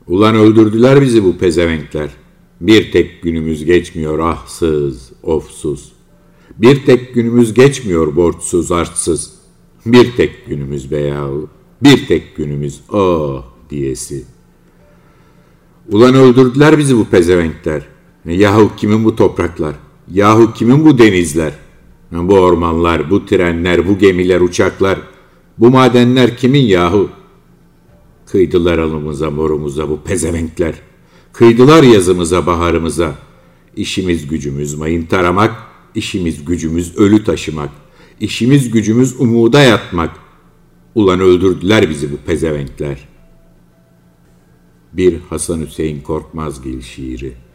Ulan öldürdüler bizi bu pezevenkler. Bir tek günümüz geçmiyor ahsız, ofsuz. Bir tek günümüz geçmiyor borçsuz, harçsız. Bir tek günümüz be yahu, bir tek günümüz oh diyesi. Ulan öldürdüler bizi bu pezevenkler. Yahu kimin bu topraklar? Yahu kimin bu denizler? Bu ormanlar, bu trenler, bu gemiler, uçaklar, bu madenler kimin yahu? Kıydılar alımıza, morumuza bu pezevenkler. Kıydılar yazımıza, baharımıza. İşimiz gücümüz mayın taramak, işimiz gücümüz ölü taşımak, işimiz gücümüz umuda yatmak. Ulan öldürdüler bizi bu pezevenkler. Bir Hasan Hüseyin Korkmazgil şiiri.